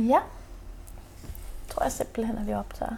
Ja. Tror jeg simpelthen, at vi optager.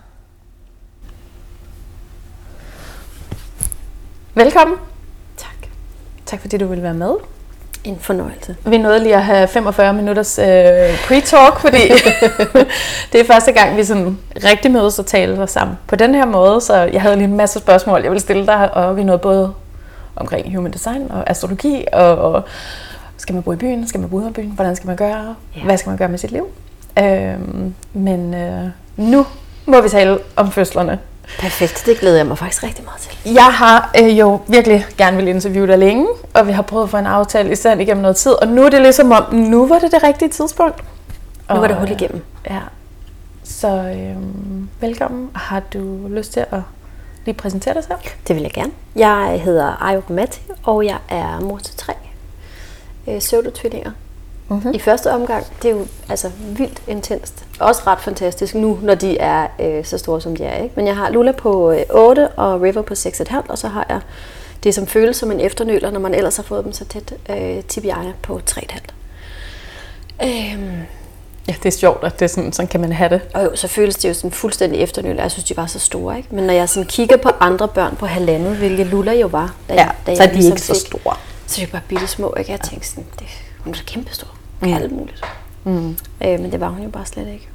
Velkommen. Tak. Tak fordi du ville være med. En fornøjelse. Vi nåede lige at have 45 minutters pre-talk, fordi det er første gang, vi sådan rigtig mødes og taler sammen på den her måde. Så jeg havde lige en masse spørgsmål, jeg ville stille dig, og vi nåede både omkring human design og astrologi, og skal man bo i byen, skal man bo ude af byen, hvordan skal man gøre, hvad skal man gøre med sit liv. Men nu må vi tale om fødslerne. Perfekt, det glæder jeg mig faktisk rigtig meget til. Jeg har jo virkelig gerne vil interviewe dig længe, og vi har prøvet at få en aftale i stand igennem noget tid, og nu er det ligesom om, nu var det rigtige tidspunkt. Nu var det hul igennem. Ja, så velkommen. Har du lyst til at lige præsentere dig selv? Det vil jeg gerne. Jeg hedder Ayo Ramati, og jeg er mor til 3 pseudotvillinger. I første omgang, det er jo altså vildt intenst. Også ret fantastisk nu, når de er så store, som de er. Ikke? Men jeg har Lula på 8 og River på 6,5, og så har jeg det, som føles som en efternøler, når man ellers har fået dem så tæt, Tibiana på 3,5. Ja, det er sjovt, at det er sådan kan man have det. Og jo, så føles det jo sådan fuldstændig efternøler. Jeg synes, de var så store, ikke? Men når jeg sådan kigger på andre børn på 1,5, hvilket Lula jo var, da så jeg er de ligesom ikke så store. Så er de bare bitte små, ikke? Jeg tænkte sådan, hun er så kæmpestor. Alt muligt. Men det var hun jo bare slet ikke.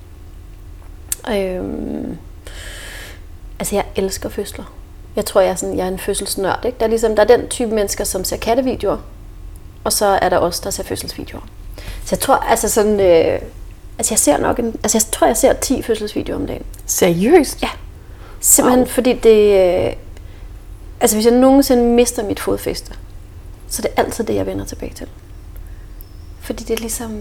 Altså jeg elsker fødsler. Jeg tror jeg er en fødselsnørd, ikke? Der er den type mennesker, som ser kattevideoer, og så er der også der ser fødselsvideoer. Så jeg tror altså sådan, jeg ser nok jeg tror jeg ser 10 fødselsvideoer om dagen. Seriøst? Ja. Simpelthen fordi det, hvis jeg nogensinde mister mit fodfæste, så det er altid det, jeg vender tilbage til. Fordi det er ligesom,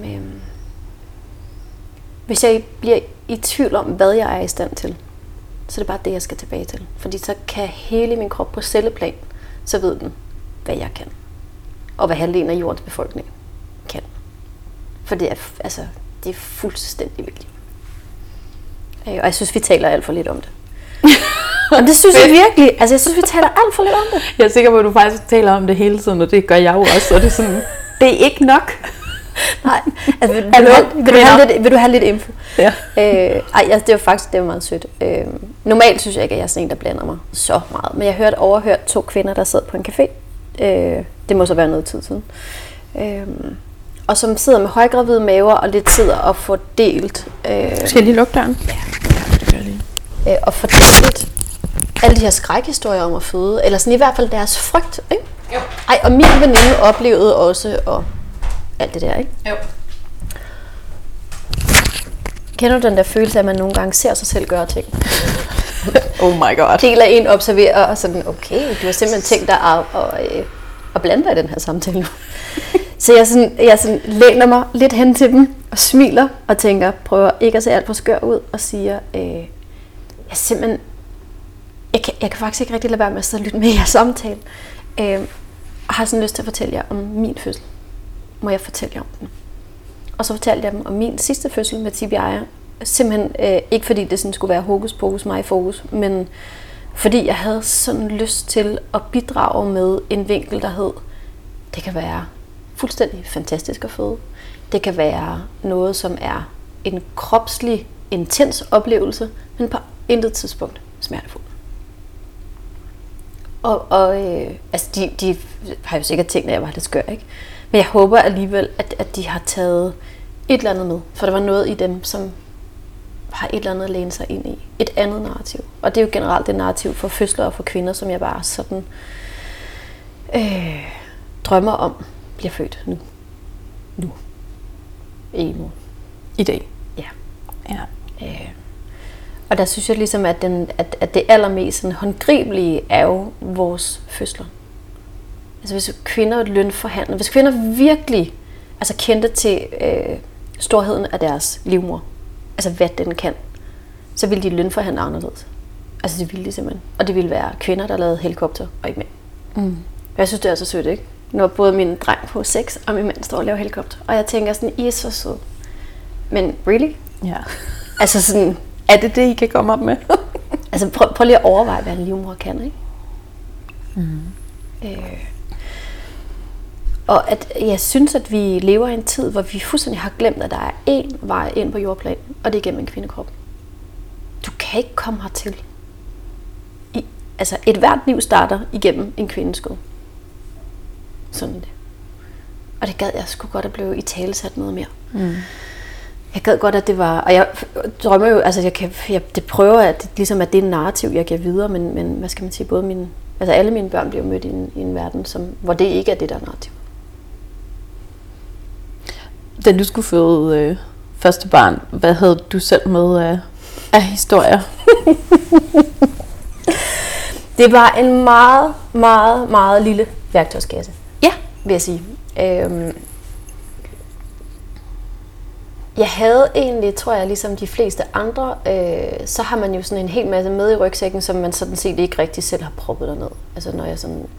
hvis jeg bliver i tvivl om, hvad jeg er i stand til, så er det bare det, jeg skal tilbage til. Fordi så kan hele min krop på celleplan, så ved den, hvad jeg kan. Og hvad halvdelen af jordens befolkning kan. For det er, det er fuldstændig vildt. Og jeg synes, vi taler alt for lidt om det. Og det synes jeg virkelig. Jeg synes, vi taler alt for lidt om det. Jeg er sikker på, at du faktisk taler om det hele tiden, og det gør jeg jo også. Og det er sådan, det er ikke nok. Nej, vil du have lidt info? Ja. Det var meget sødt. Normalt synes jeg ikke, at jeg er sådan en, der blander mig så meget. Men jeg overhørte 2 kvinder, der sad på en café. Det må så være noget tid siden. Og som sidder med højgravide maver og lidt sidder og får delt. Skal jeg lige lukke døren? Ja, det gør jeg lige. Og får delt alle de her skrækhistorier om at føde. Eller sådan i hvert fald deres frygt, ikke? Jo. Og min veninde oplevede også og alt det der, ikke? Jo. Kender du den der følelse af, at man nogle gange ser sig selv gøre ting? Oh my god. Deler en observerer og sådan, okay, du har simpelthen tænkt dig at blande dig i den her samtale nu. Så jeg læner mig lidt hen til dem og smiler og tænker, prøver ikke at se alt for skør ud og siger, jeg kan faktisk ikke rigtig lade være med at sidde og lytte med i jeres samtale. Og har sådan lyst til at fortælle jer om min fødsel. Må jeg fortælle jer om den? Og så fortalte jeg dem om min sidste fødsel med Tibiana. Simpelthen ikke fordi det sådan skulle være hokus pokus mig i fokus, men fordi jeg havde sådan lyst til at bidrage med en vinkel, der hed, det kan være fuldstændig fantastisk at føde. Det kan være noget, som er en kropslig, intens oplevelse, men på intet tidspunkt smertefuld. De har jo sikkert tænkt, at jeg var lidt skør, ikke? Men jeg håber alligevel, at de har taget et eller andet med. For der var noget i dem, som har et eller andet at læne sig ind i. Et andet narrativ. Og det er jo generelt det narrativ for fødsler og for kvinder, som jeg bare sådan drømmer om bliver født nu. Ikke nu. I dag? Ja. Og der synes jeg ligesom, at det allermest sådan håndgribelige er jo vores fødsler. Altså hvis kvinder lønforhandler, hvis kvinder virkelig kendte til storheden af deres livmor, altså hvad den kan, så ville de lønforhandle anderledes. Altså det ville de simpelthen. Og det ville være kvinder, der lavede helikopter, og ikke mænd. Jeg synes, det er så sødt, ikke? Når både min dreng på 6 og min mand står og laver helikopter. Og jeg tænker sådan, I er så søde. Men really? Ja. Altså sådan, er det, I kan komme op med? Altså prøv lige at overveje, hvad en livmor kan, ikke? Og at jeg synes, at vi lever i en tid, hvor vi fuldstændig har glemt, at der er én vej ind på jordplan, og det er gennem en kvindekrop. Du kan ikke komme hertil. Altså, et hvert liv starter igennem en kvindes skød. Sådan det. Og det gad jeg sgu godt at blive italesat noget mere. Jeg gad godt, at det var... Og jeg drømmer jo... Altså, det prøver, at det, ligesom, at det er en narrativ, jeg giver videre, men hvad skal man sige? Både mine... Altså, alle mine børn bliver mødt i en verden, hvor det ikke er det, der er narrativ. Da du skulle føde første barn, hvad havde du selv med af historier? Det var en meget, meget, meget lille værktøjskasse. Ja. Vil jeg sige. Jeg havde egentlig, tror jeg, ligesom de fleste andre, så har man jo sådan en hel masse med i rygsækken, som man sådan set ikke rigtig selv har proppet derned. Altså når jeg sådan...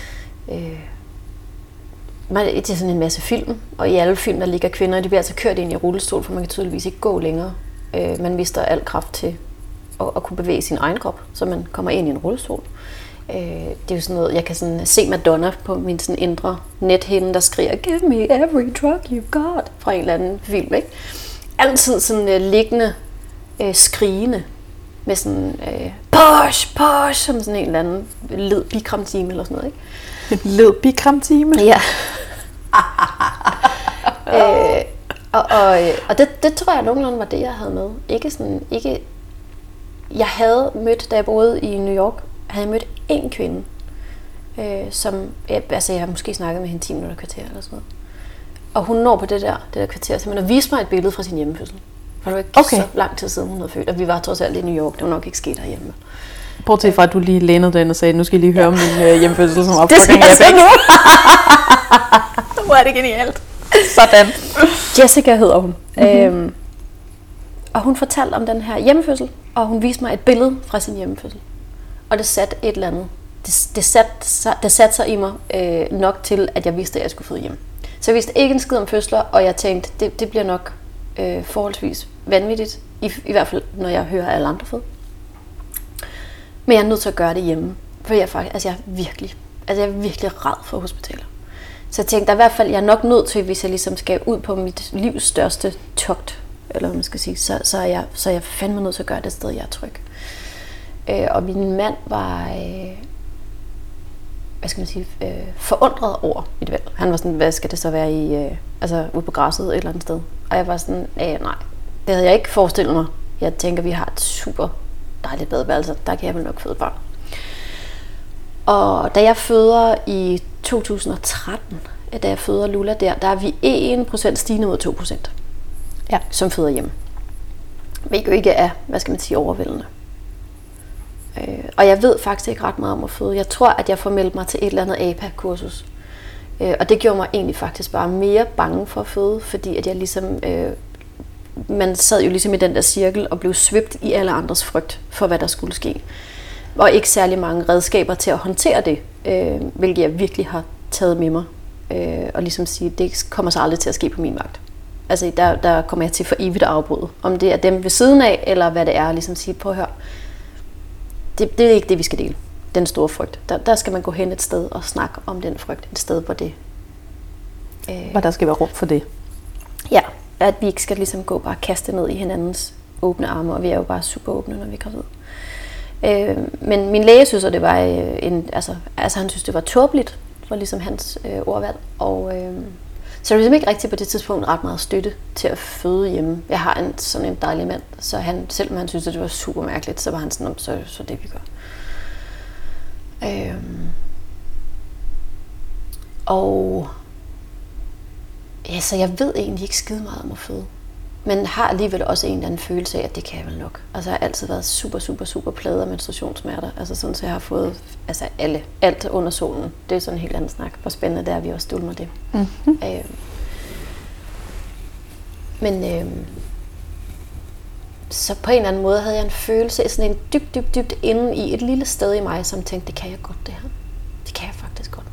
det er sådan en masse film, og i alle film, der ligger kvinder, de bliver altså kørt ind i rullestol, for man kan tydeligvis ikke gå længere. Man mister al kraft til at kunne bevæge sin egen krop, så man kommer ind i en rullestol. Det er jo sådan noget, jeg kan sådan se Madonna på min sådan indre nethinde, der skriger, "Give me every drug you've got", fra en eller anden film, ikke? Altid sådan liggende, skrigende, med sådan push, push, som sådan en eller anden led bikramtime eller sådan noget, ikke? Led bikramtime? Ja. Og det tror jeg nogenlunde var det, jeg havde med. Jeg havde mødt, da jeg boede i New York, havde jeg mødt en kvinde, som, altså jeg har måske snakket med hende 10 minutter kvarter eller sådan noget. Og hun når på det der kvarter, simpelthen at vise mig et billede fra sin hjemmefødsel. For det var ikke så lang tid siden, hun havde født, og vi var trods alt i New York, det var nok ikke sket herhjemme. Bortset fra, at du lige lænede den og sagde, nu skal I lige høre om min hjemmefødsel, som var det skal jeg sige nu. Hvor er det genialt. Sådan. Jessica hedder hun. Og hun fortalte om den her hjemmefødsel, og hun viste mig et billede fra sin hjemmefødsel. Og det satte et eller andet. Det satte sig i mig nok til, at jeg vidste, at jeg skulle føde hjem. Så jeg vidste ikke en skid om fødsler, og jeg tænkte, det bliver nok forholdsvis vanvittigt. I hvert fald, når jeg hører alle andre føde. Men jeg er nødt til at gøre det hjemme. For jeg er virkelig ræd for hospitaler. Så jeg tænkte, i hvert fald, jeg er nok nødt til, hvis jeg ligesom skal ud på mit livs største togt, eller hvad man skal sige, så er jeg fandme nødt til at gøre det sted, jeg er tryg. Og min mand var, forundret over mit valg. Han var sådan, hvad skal det så være i, ude på græsset et eller andet sted. Og jeg var sådan, nej, det havde jeg ikke forestillet mig. Jeg tænker, vi har et super dejligt badeværelse, der kan jeg vel nok føde barn. Og da jeg føder i 2013, da jeg føder Lula der er vi 1% stigende mod 2%, som føder hjemme. Hvilket jo ikke er, overvældende. Og jeg ved faktisk ikke ret meget om at føde. Jeg tror, at jeg får meldt mig til et eller andet APA-kursus. Og det gjorde mig egentlig faktisk bare mere bange for at føde, fordi at jeg ligesom... man sad jo ligesom i den der cirkel og blev svøbt i alle andres frygt for, hvad der skulle ske. Og ikke særlig mange redskaber til at håndtere det, hvilket jeg virkelig har taget med mig. Og ligesom sige, det kommer så aldrig til at ske på min vagt. Altså der kommer jeg til for evigt at afbryde. Om det er dem ved siden af, eller hvad det er, ligesom sige, prøv at høre. Det er ikke det, vi skal dele. Den store frygt. Der skal man gå hen et sted og snakke om den frygt. Et sted, hvor det... Hvor der skal være rum for det. Ja, at vi ikke skal ligesom gå bare kaste ned i hinandens åbne arme, og vi er jo bare super åbne, når vi er gravide. Men min læge synes, at det var han synes, det var tåbeligt, var ligesom hans ordvalg. Og så det var ligesom ikke rigtigt på det tidspunkt ret meget støtte til at føde hjemme. Jeg har sådan en dejlig mand, så selvom han synes, at det var super mærkeligt, så var han sådan, så det vi gør. Så jeg ved egentlig ikke skide meget om at føde. Men har alligevel også en eller anden følelse af, at det kan jeg vel nok. Altså jeg har altid været super, super, super plaget af menstruationssmerter. Altså sådan, så jeg har fået alt under solen. Det er sådan en helt anden snak. Hvor spændende det er, at vi også dulmer det. Mm-hmm. Så på en eller anden måde havde jeg en følelse, sådan en dybt inde i et lille sted i mig, som tænkte, det kan jeg godt det her. Det kan jeg faktisk godt.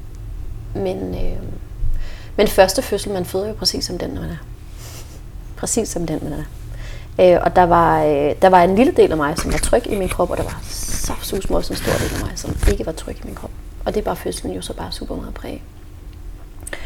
Men første fødsel, man føder jo præcis som den, man er. Præcis som den, man er. Og der var en lille del af mig, som var tryg i min krop, og der var så susmål, en stor del af mig, som ikke var tryg i min krop. Og det er bare fødslen jo så bare super meget præg.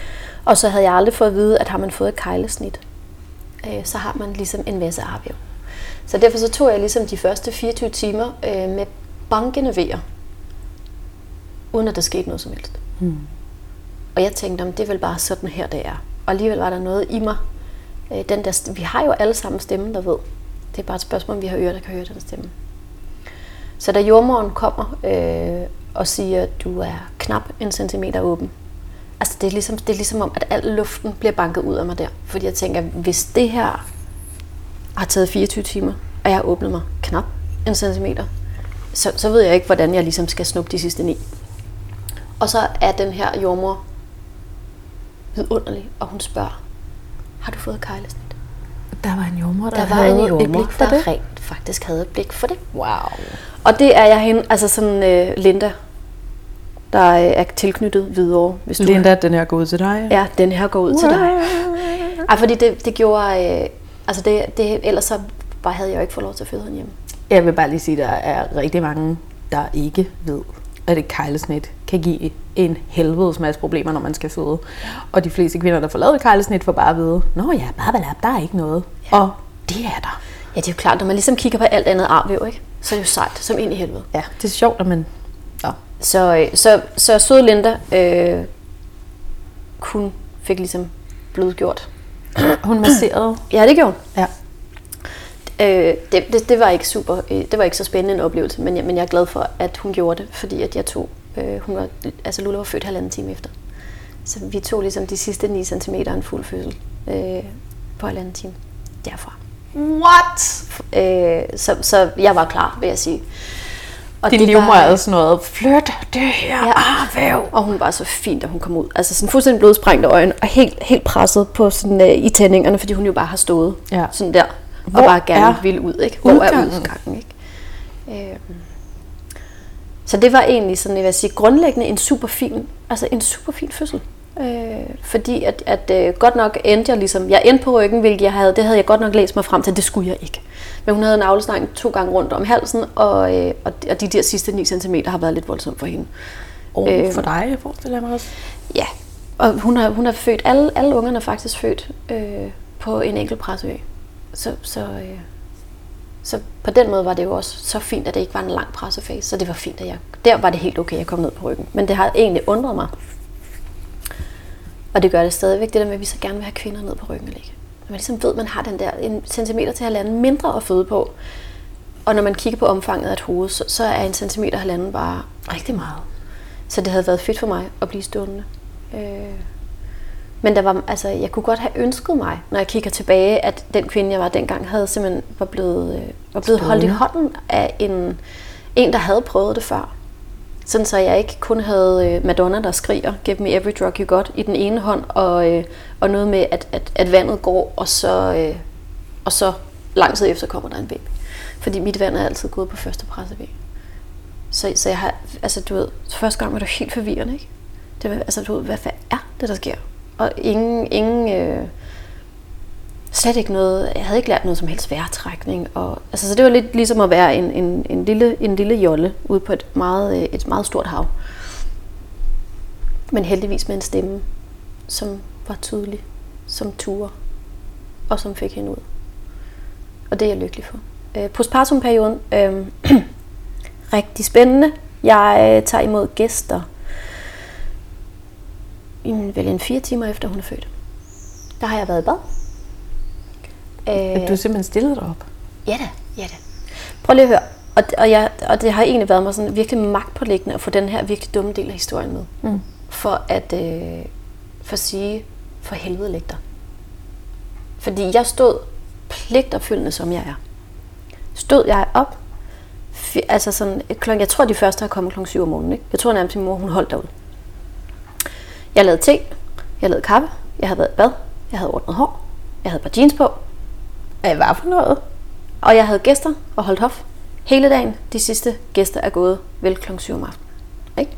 Og så havde jeg aldrig fået at vide, at har man fået et keglesnit, så har man ligesom en masse arvæv. Så derfor så tog jeg ligesom de første 24 timer med bankende vejer, uden at der skete noget som helst. Og jeg tænkte, det er vel bare sådan her, det er. Og alligevel var der noget i mig. Vi har jo alle sammen stemmen, der ved. Det er bare et spørgsmål, om vi har ører, der kan høre den stemme. Så da jordmoren kommer og siger, at du er knap 1 centimeter åben, altså det er ligesom om, at al luften bliver banket ud af mig der. Fordi jeg tænker, hvis det her har taget 24 timer, og jeg har åbnet mig knap 1 centimeter, så ved jeg ikke, hvordan jeg ligesom skal snuppe de sidste 9. Og så er den her jordmor vidunderlig, og hun spørger, har du fået keglesnit? Der var en jordmor, der havde et blik for det. Rent faktisk havde et blik for det. Wow. Og det er jeg hende, altså sådan Linda, der er tilknyttet Hvidovre. Linda, den her går ud til dig? Ja, den her går ud til dig. Ej, fordi det gjorde, altså det ellers så bare havde jeg jo ikke fået lov til at føde hende hjemme. Jeg vil bare lige sige, at der er rigtig mange, der ikke ved, at et keglesnit kan give en helvedes masse problemer, når man skal føde. Og de fleste kvinder, der får lavet et keglesnit, får bare at vide, nå ja, der er ikke noget. Ja. Og det er der. Ja, det er jo klart, når man ligesom kigger på alt andet arvæv, ikke? Så er det jo sejt, som ind i helvede. Ja, det er sjovt, men... Ja. Så søde Linda, hun fik ligesom blødgjort. Hun masserede? Ja, det gjorde hun. Ja. Det var ikke super, det var ikke så spændende en oplevelse, men jeg er glad for, at hun gjorde det, fordi at jeg tog, Lula var født 1,5 time efter. Så vi tog ligesom de sidste 9 cm en fuld fødsel på 1,5 time derfra. What? Så jeg var klar, vil jeg sige. Og din livmor er sådan noget, flyt det her arvæv. Og hun var så fin, da hun kom ud. Altså sådan fuldstændig blodsprængte øjne, og helt presset på sådan, i tændingerne, fordi hun jo bare har stået sådan der. Og bare gerne ville ud, ikke? Hvor er udgangen, ikke? Så det var egentlig sådan, jeg vil sige, grundlæggende en super fin fødsel. Fordi at godt nok endte jeg endte på ryggen, hvilket det havde jeg godt nok læst mig frem til, det skulle jeg ikke. Men hun havde en avlesnegl 2 gange rundt om halsen, og de der sidste 9 cm har været lidt voldsomt for hende. For dig, forestiller jeg mig også? Ja, og hun har født, alle ungerne er faktisk født på en enkelt presseø. Så på den måde var det jo også så fint, at det ikke var en lang pressefase, så det var fint, at der var det helt okay, at jeg kom ned på ryggen. Men det har egentlig undret mig, og det gør det stadigvæk, det der med, at vi så gerne vil have kvinder ned på ryggen og ligge. Når man ligesom ved, at man har den der 1 centimeter til 1,5 mindre at føde på, og når man kigger på omfanget af et hoved, så er 1 centimeter 1,5 bare rigtig meget. Så det havde været fedt for mig at blive stående. Men jeg kunne godt have ønsket mig, når jeg kigger tilbage, at den kvinde, jeg var dengang, havde simpelthen var blevet holdt i hånden af en, der havde prøvet det før. Sådan så jeg ikke kun havde Madonna, der skriger, give me every drug you got, i den ene hånd, og noget med, at vandet går, og så lang tid efter kommer der en baby. Fordi mit vand er altid gået på første pressevæg. Så jeg har, du ved, første gang var det helt forvirrende, ikke? Det var, du ved, hvad er det, der sker? Og slet ikke noget, jeg havde ikke lært noget som helst vejrtrækning. Så det var lidt ligesom at være en lille jolle ude på et meget stort hav. Men heldigvis med en stemme, som var tydelig, som turde, og som fik hende ud. Og det er jeg lykkelig for. Postpartumperioden, rigtig spændende. Jeg tager imod gæster vel 4 timer efter hun er født. Der har jeg været i bad. Du er simpelthen stillet dig op? Ja da. Prøv lige at høre. Og det har egentlig været mig sådan virkelig magtpåliggende at få den her virkelig dumme del af historien med. For at for helvede læg dig. Fordi jeg stod pligtopfyldende, som jeg er. Stod jeg op, jeg tror de første har kommet kl. 7 om morgenen, ikke? Jeg tror nærmest min mor, hun holdt derude. Jeg lavede te, jeg lavede kaffe, jeg havde været i bad, jeg havde ordnet hår, jeg havde et par jeans på. Hvad for noget? Og jeg havde gæster og holdt hof hele dagen. De sidste gæster er gået vel kl. 7 om aftenen. Ikke?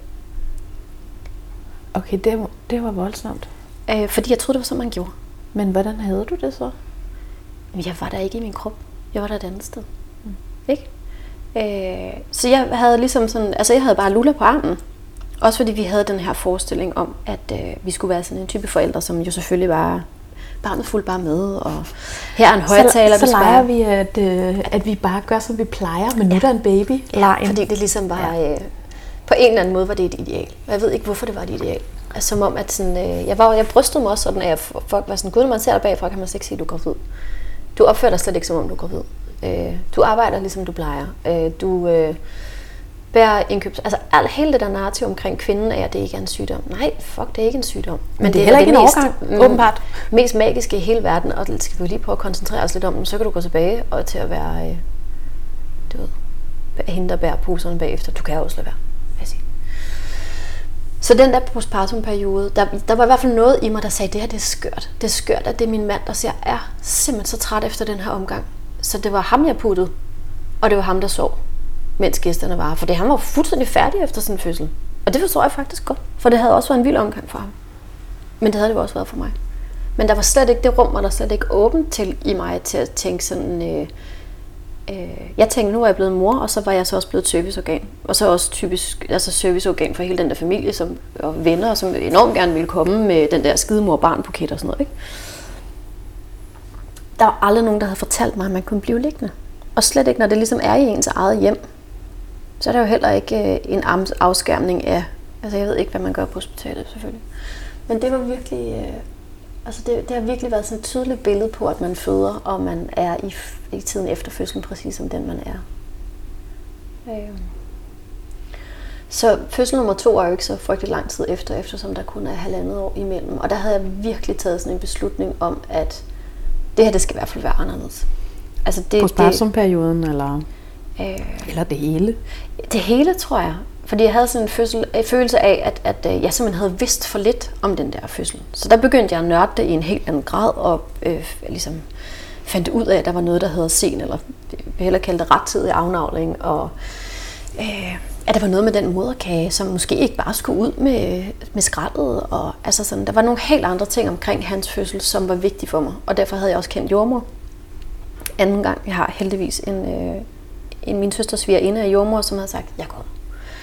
Okay, det var voldsomt. Fordi jeg troede, det var sådan, man gjorde. Men hvordan havde du det så? Jeg var der ikke i min krop. Jeg var der et andet sted. Ikke? Så jeg havde ligesom sådan, jeg havde bare Lula på armen. Også fordi vi havde den her forestilling om, at vi skulle være sådan en type forældre, som jo selvfølgelig var barnet fuldt bare med, og her er en højtaler. Så leger vi, at vi bare gør, som vi plejer, men nu er der en baby. Ja, fordi det ligesom var, på en eller anden måde var det et ideal. Og jeg ved ikke, hvorfor det var et ideal. Altså, som om, at sådan, jeg brystede mig også sådan, at folk var sådan, gud, når man ser dig bagfra, kan man slet ikke sige, at du går gravid. Du opfører dig slet ikke, som om du går gravid. Du arbejder, ligesom du plejer. Du bærer indkøbs... Altså, hele det der narrativ omkring kvinden er, at det ikke er en sygdom. Nej, fuck, det er ikke en sygdom. Men det er heller ikke en overgang, åbenbart. Mest magiske i hele verden, og det skal vi lige prøve at koncentrere os lidt om, så kan du gå tilbage og til at være, du ved, hende, der bærer poserne bagefter. Du kan også lade være, vil jeg sige. Så den der postpartum-periode, der var i hvert fald noget i mig, der sagde, det her det er skørt. Det er skørt, at det er min mand, der siger, jeg er simpelthen så træt efter den her omgang. Så det var ham, jeg puttede, og det var ham, der sov, mens gæsterne var her. For han var fuldstændig færdig efter sådan en fødsel. Og det forstår jeg faktisk godt, for det havde også været en vild omgang for ham. Men det havde det også været for mig. Men der var slet ikke det rum, og der slet ikke åbent til i mig til at tænke sådan... jeg tænkte, nu er jeg blevet mor, og så var jeg så også blevet serviceorgan. Og så også typisk serviceorgan for hele den der familie og venner, som enormt gerne ville komme med den der skidemor-barn-buket og sådan noget. Ikke? Der var aldrig nogen, der havde fortalt mig, at man kunne blive liggende. Og slet ikke, når det ligesom er i ens eget hjem. Så er der jo heller ikke en afskærmning af... Altså, jeg ved ikke, hvad man gør på hospitalet, selvfølgelig. Men det var virkelig... det har virkelig været sådan et tydeligt billede på, at man føder, og man er i tiden efter fødslen, præcis som den man er. Så fødsel nummer 2 er jo ikke så frygtelig lang tid efter, eftersom der kun er 1,5 år imellem. Og der havde jeg virkelig taget sådan en beslutning om, at det her, det skal i hvert fald være anderledes. Altså postpartumperioden, eller det hele? Det hele, tror jeg. Fordi jeg havde sådan en følelse af, at jeg simpelthen havde vidst for lidt om den der fødsel. Så der begyndte jeg at nørde det i en helt anden grad, og ligesom fandt ud af, at der var noget, der hedder sen, eller vi heller kalde det rettidig afnavling, og at der var noget med den moderkage, som måske ikke bare skulle ud med skraldet. Og, altså sådan, der var nogle helt andre ting omkring hans fødsel, som var vigtige for mig, og derfor havde jeg også kendt jordmor. Anden gang, jeg har heldigvis min søsters svigerinde af jordmor, som havde sagt, jeg går.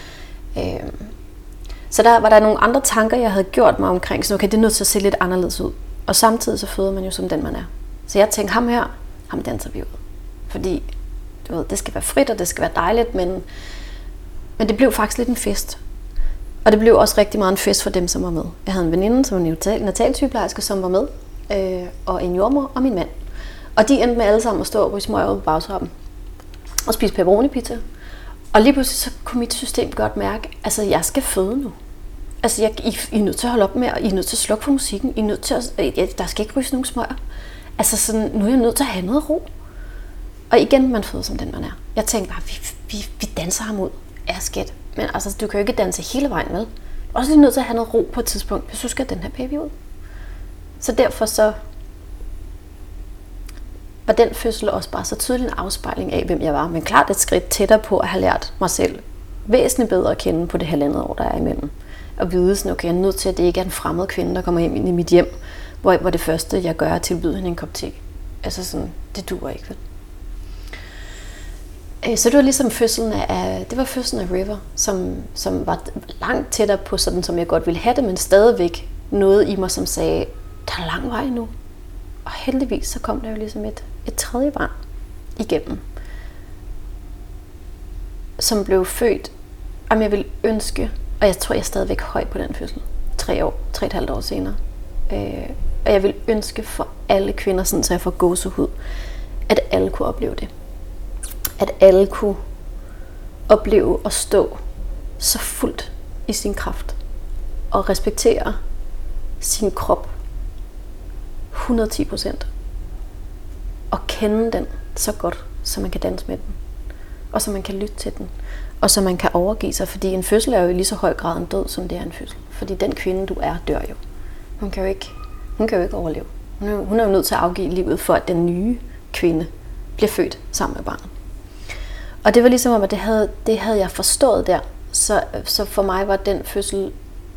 Så der var der nogle andre tanker, jeg havde gjort mig omkring, så okay, det er nødt til at se lidt anderledes ud. Og samtidig så føder man jo som den, man er. Så jeg tænkte, ham danser vi ud. Fordi, du ved, det skal være frit, og det skal være dejligt, men det blev faktisk lidt en fest. Og det blev også rigtig meget en fest for dem, som var med. Jeg havde en veninde, som var natalsygeplejerske, som var med, og en jordmor og min mand. Og de endte med alle sammen at stå og ryge smøger ude på bagtrappen og spise pepperoni-pizza. Og lige pludselig så kunne mit system godt mærke, altså jeg skal føde nu. Altså I er nødt til at holde op med, og I er nødt til at slukke for musikken. I er nødt til at, der skal ikke ryges nogen smøger. Altså sådan, nu er jeg nødt til at have noget ro. Og igen, man føder som den man er. Jeg tænkte bare, vi danser ham ud. Ja, skat. Men altså, du kan jo ikke danse hele vejen med. Også lige nødt til at have noget ro på et tidspunkt, hvis du skal have den her baby ud. Så derfor så var den fødsel også bare så tydelig en afspejling af, hvem jeg var. Men klart et skridt tættere på at have lært mig selv væsentligt bedre at kende på det 1,5 år, der er imellem. Og vide sådan, okay, jeg er nødt til, at det ikke er en fremmed kvinde, der kommer hjem ind i mit hjem, hvor det første, jeg gør, er at tilbyde hende en kop te. Altså sådan, det duer ikke, vel? Så det var ligesom fødslen af River, som var langt tættere på sådan, som jeg godt ville have det, men stadigvæk noget i mig, som sagde, der er lang vej nu. Og heldigvis så kom der jo ligesom et tredje barn igennem, som blev født, om jeg ville ønske, og jeg tror, jeg er stadigvæk høj på den fødsel, 3,5 år senere. Og jeg vil ønske for alle kvinder, sådan, så jeg får gåsehud, at alle kunne opleve det. At alle kunne opleve at stå så fuldt i sin kraft og respektere sin krop 110%. Og kende den så godt, så man kan danse med den. Og så man kan lytte til den. Og så man kan overgive sig. Fordi en fødsel er jo i lige så høj grad en død, som det er en fødsel. Fordi den kvinde, du er, dør jo. Hun kan jo ikke overleve. Hun er jo nødt til at afgive livet, for at den nye kvinde bliver født sammen med barnet. Og det var ligesom om, at det havde jeg forstået der. Så for mig var den fødsel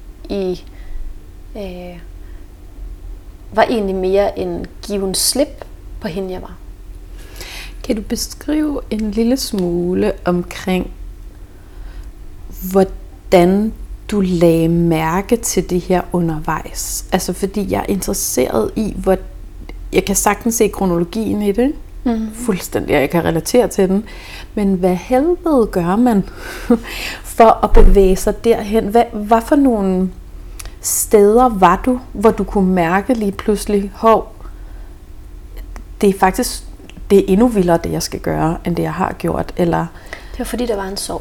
var egentlig mere en given slip på hende, jeg var. Kan du beskrive en lille smule omkring, hvordan du lagde mærke til det her undervejs? Altså fordi jeg er interesseret i, hvor jeg kan sagtens se kronologien i det, fuldstændig, jeg kan relatere til den, men hvad helvede gør man for at bevæge sig derhen? Hvad for nogle steder var du, hvor du kunne mærke lige pludselig, det er endnu vildere, det jeg skal gøre, end det jeg har gjort, eller? Det var fordi, der var en sorg.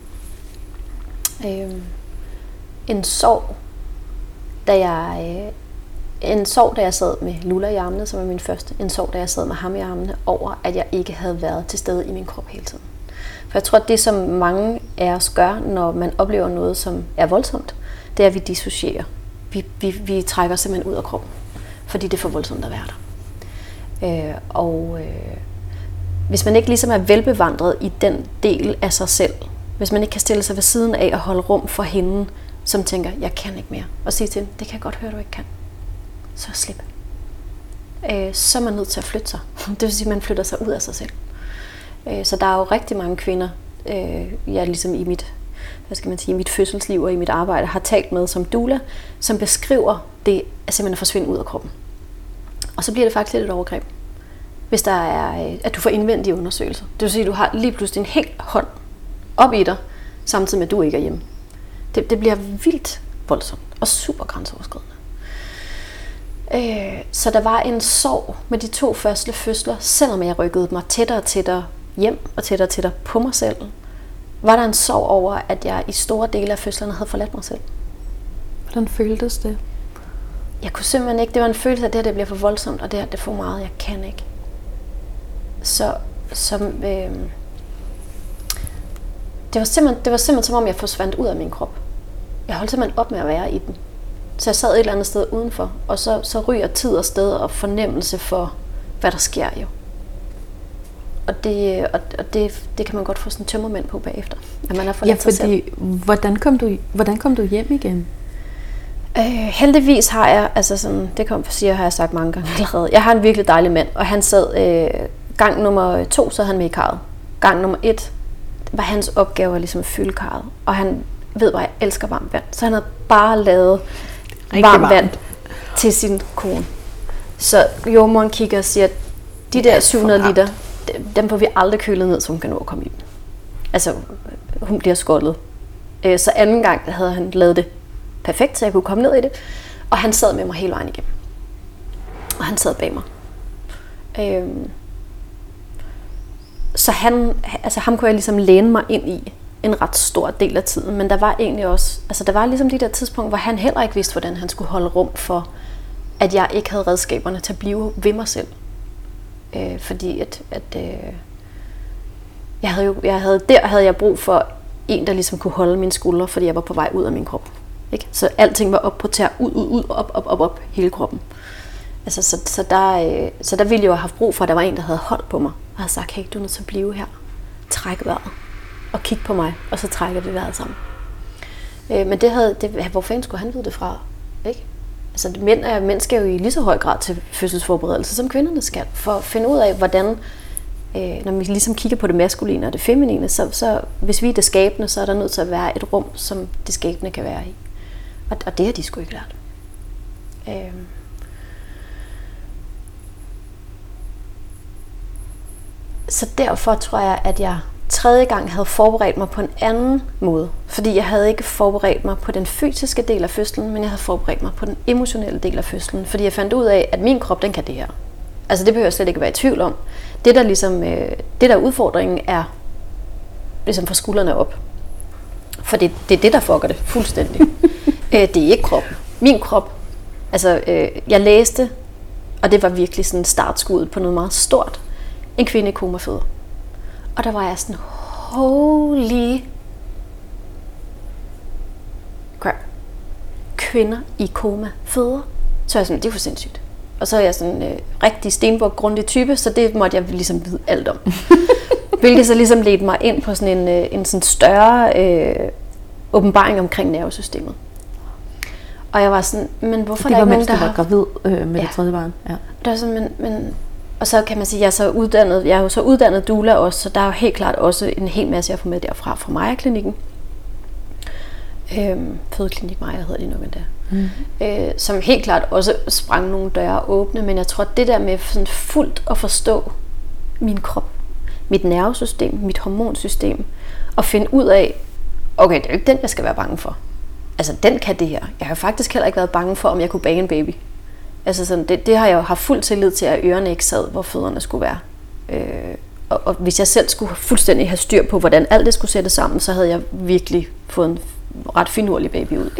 En sorg, da jeg sad med Lula i armene, som var min første. En sorg, da jeg sad med ham i armene, over at jeg ikke havde været til stede i min krop hele tiden. For jeg tror, at det, som mange af os gør, når man oplever noget, som er voldsomt, det er, at vi dissocierer. Vi trækker simpelthen ud af kroppen, fordi det er for voldsomt at være der. Hvis man ikke ligesom er velbevandret i den del af sig selv, hvis man ikke kan stille sig ved siden af og holde rum for hende, som tænker, jeg kan ikke mere, og sige til hende, det kan jeg godt høre, du ikke kan, så slip. Så er man nødt til at flytte sig. Det vil sige, at man flytter sig ud af sig selv. Så der er jo rigtig mange kvinder, jeg ligesom i mit fødselsliv og i mit arbejde har talt med som doula, som beskriver det at simpelthen forsvinde ud af kroppen. Og så bliver det faktisk lidt et overgreb. Hvis der er, at du får indvendige undersøgelser. Det vil sige, at du har lige pludselig en hel hånd op i dig, samtidig med at du ikke er hjemme. Det bliver vildt voldsomt og super grænseoverskridende. Så der var en sorg med de 2 første fødsler, selvom jeg rykkede mig tættere og tættere hjem og tættere på mig selv, var der en sorg over, at jeg i store dele af fødslerne havde forladt mig selv. Hvordan føltes det? Jeg kunne simpelthen ikke. Det var en følelse af, at det her det bliver for voldsomt, og det her det er for meget. Jeg kan ikke. Det var simpelthen som om jeg forsvandt ud af min krop. Jeg holdt simpelthen op med at være i den. Så jeg sad et eller andet sted udenfor, og så ryger tid og sted og fornemmelse for, hvad der sker jo. Og det kan man godt få sådan en tømmermænd på bagefter. At man er forladt sig selv. Hvordan kom du hjem igen? Heldigvis har jeg, har jeg sagt mange gange allerede. Jeg har en virkelig dejlig mand, og han sad gang nummer 2, så han med i karret. Gang nummer 1 var hans opgave ligesom at fylde karret. Og han ved, at jeg elsker varmt vand. Så han havde bare lavet varmt vand til sin kone. Så jordmoren kigger og siger, at de der 700 liter, dem får vi aldrig kølet ned, så hun kan nå at komme i dem. Altså, hun bliver skoldet. Så anden gang havde han lavet det perfekt, så jeg kunne komme ned i det. Og han sad med mig hele vejen igennem. Og han sad bag mig. Så ham kunne jeg ligesom læne mig ind i en ret stor del af tiden. Men der var egentlig også, der var ligesom de der tidspunkter, hvor han heller ikke vidste, hvordan han skulle holde rum for, at jeg ikke havde redskaberne til at blive ved mig selv. Fordi havde jeg brug for en, der ligesom kunne holde mine skuldre, fordi jeg var på vej ud af min krop. Ikke? Så alting var op på tær, ud, op, hele kroppen. Så der ville jeg jo have haft brug for, at der var en, der havde holdt på mig, og havde sagt, hey, du er nødt til at blive her. Træk vejret, og kig på mig, og så trækker vi vejret sammen. Men hvor fanden skulle han vide det fra? Ikke? Mænd skal jo i lige så høj grad til fødselsforberedelse, som kvinderne skal, for at finde ud af, hvordan, når vi ligesom kigger på det maskuline og det feminine, så hvis vi er det skabende, så er der nødt til at være et rum, som det skabende kan være i. Og det har de sgu ikke lært. Så derfor tror jeg, at jeg tredje gang havde forberedt mig på en anden måde. Fordi jeg havde ikke forberedt mig på den fysiske del af fødslen, men jeg havde forberedt mig på den emotionelle del af fødslen. Fordi jeg fandt ud af, at min krop, den kan det her. Altså det behøver jeg slet ikke være i tvivl om. Det der udfordringen er ligesom for skuldrene op. For det er det, der fucker det fuldstændig. Det er ikke kroppen. Min krop. Jeg læste, og det var virkelig sådan startskuddet på noget meget stort. En kvinde i komafødder. Og der var jeg sådan, holy crap. Kvinder i komafødder. Så er jeg sådan, det er for sindssygt. Og så er jeg sådan rigtig stenbuk-grundig type, så det måtte jeg ligesom vide alt om. Hvilket så ligesom ledte mig ind på sådan en sådan større åbenbaring omkring nervesystemet. Og jeg var sådan, men hvorfor det der ikke nogen, der var gravid med det tredje barn? Ja. Der er sådan, men og så kan man sige, jeg er jo så uddannet doula også, så der er jo helt klart også en hel masse, jeg får med derfra fra Maja-klinikken. Fødeklinik Maja hedder de nok endda. Som helt klart også sprang nogle døre åbne, men jeg tror, det der med sådan fuldt at forstå min krop, mit nervesystem, mit hormonsystem, og finde ud af, okay, det er jo ikke den, jeg skal være bange for. Altså, den kan det her. Jeg har faktisk heller ikke været bange for, om jeg kunne bage en baby. Altså, sådan, det har jeg jo haft fuld tillid til, at ørerne ikke sad, hvor fødderne skulle være. Og hvis jeg selv skulle fuldstændig have styr på, hvordan alt det skulle sættes sammen, så havde jeg virkelig fået en ret finurlig baby ud.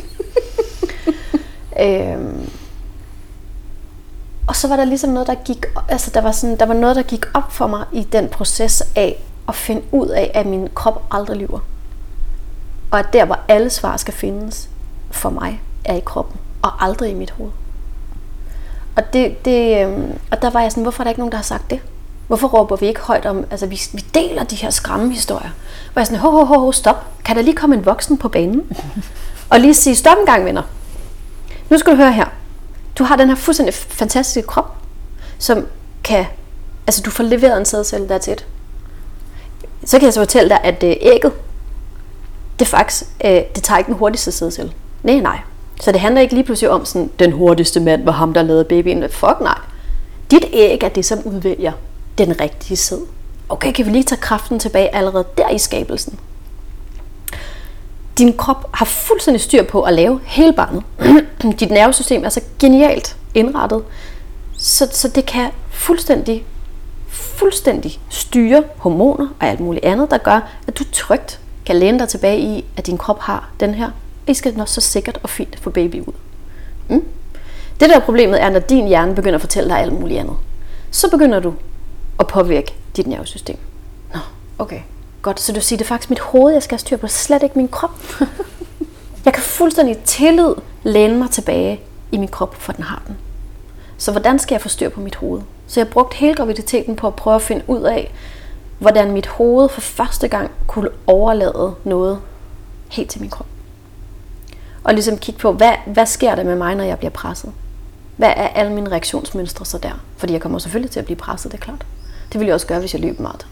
Og så var der ligesom noget, der gik, altså der var noget, der gik op for mig i den proces af at finde ud af, at min krop aldrig lyver. Og at der, hvor alle svar skal findes for mig, er i kroppen, og aldrig i mit hoved. Og og der var jeg sådan, hvorfor er der ikke nogen, der har sagt det? Hvorfor råber vi ikke højt om, altså vi deler de her skræmmehistorier. Hvor jeg sådan, stop. Kan der lige komme en voksen på banen? Og lige sige, stop en gang, venner. Nu skal du høre her. Du har den her fuldstændig fantastiske krop, som kan, altså du får leveret en sædcelle, that's it. Så kan jeg så fortælle dig, at ægget, det faktisk, det tager ikke den hurtigste sædcelle. Nej. Så det handler ikke lige pludselig om sådan, den hurtigste mand var ham, der lavede babyen. Fuck nej. Dit æg er det, som udvælger den rigtige sæd. Okay, kan vi lige tage kraften tilbage allerede der i skabelsen? Din krop har fuldstændig styr på at lave hele barnet. Dit nervesystem er så genialt indrettet, så det kan fuldstændig styre hormoner og alt muligt andet, der gør, at du trygt kan læne dig tilbage i, at din krop har den her. I skal nok så sikkert og fint få baby ud. Det der problemet er, når din hjerne begynder at fortælle dig alt muligt andet. Så begynder du at påvirke dit nervesystem. Nå, okay. Godt, så du siger, det er faktisk mit hoved, jeg skal have styr på, slet ikke min krop. Jeg kan fuldstændig tillid læne mig tilbage i min krop, for den har den. Så hvordan skal jeg få styr på mit hoved? Så jeg brugte hele graviditeten på at prøve at finde ud af, hvordan mit hoved for første gang kunne overlade noget helt til min krop. Og ligesom kigge på, hvad sker der med mig, når jeg bliver presset? Hvad er alle mine reaktionsmønstre så der? Fordi jeg kommer selvfølgelig til at blive presset, det er klart. Det vil jeg også gøre, hvis jeg løber meget.